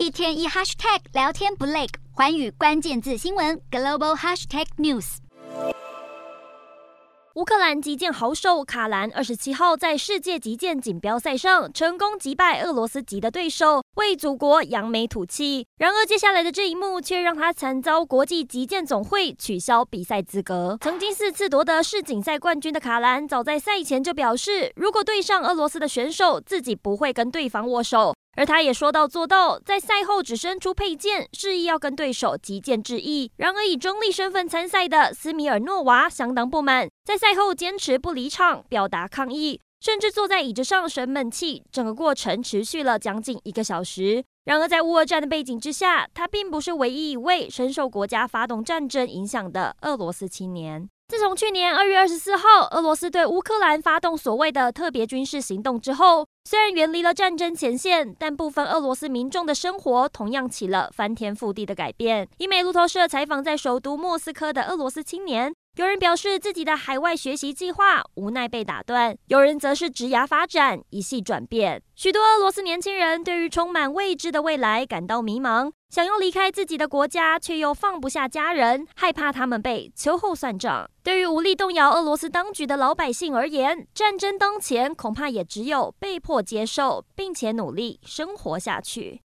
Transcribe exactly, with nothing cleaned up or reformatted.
一天一 hashtag 聊天不累，寰宇关键字新闻 global hashtag news。 乌克兰击剑好手卡兰二十七号在世界击剑锦标赛上成功击败俄罗斯籍的对手，为祖国扬眉吐气。然而，接下来的这一幕却让他惨遭国际击剑总会取消比赛资格。曾经四次夺得世锦赛冠军的卡兰，早在赛前就表示，如果对上俄罗斯的选手，自己不会跟对方握手。而他也说到做到，在赛后只伸出佩剑，示意要跟对手击剑致意。然而，以中立身份参赛的斯米尔诺娃相当不满，在赛后坚持不离场，表达抗议，甚至坐在椅子上生闷气。整个过程持续了将近一个小时。然而，在乌俄战的背景之下，他并不是唯一一位深受国家发动战争影响的俄罗斯青年。自从去年二月二十四号，俄罗斯对乌克兰发动所谓的特别军事行动之后，虽然远离了战争前线，但部分俄罗斯民众的生活同样起了翻天覆地的改变。以美路透社采访在首都莫斯科的俄罗斯青年，有人表示自己的海外学习计划无奈被打断，有人则是职涯发展一系转变。许多俄罗斯年轻人对于充满未知的未来感到迷茫，想要离开自己的国家，却又放不下家人，害怕他们被秋后算账。对于无力动摇俄罗斯当局的老百姓而言，战争当前恐怕也只有被迫接受，并且努力生活下去。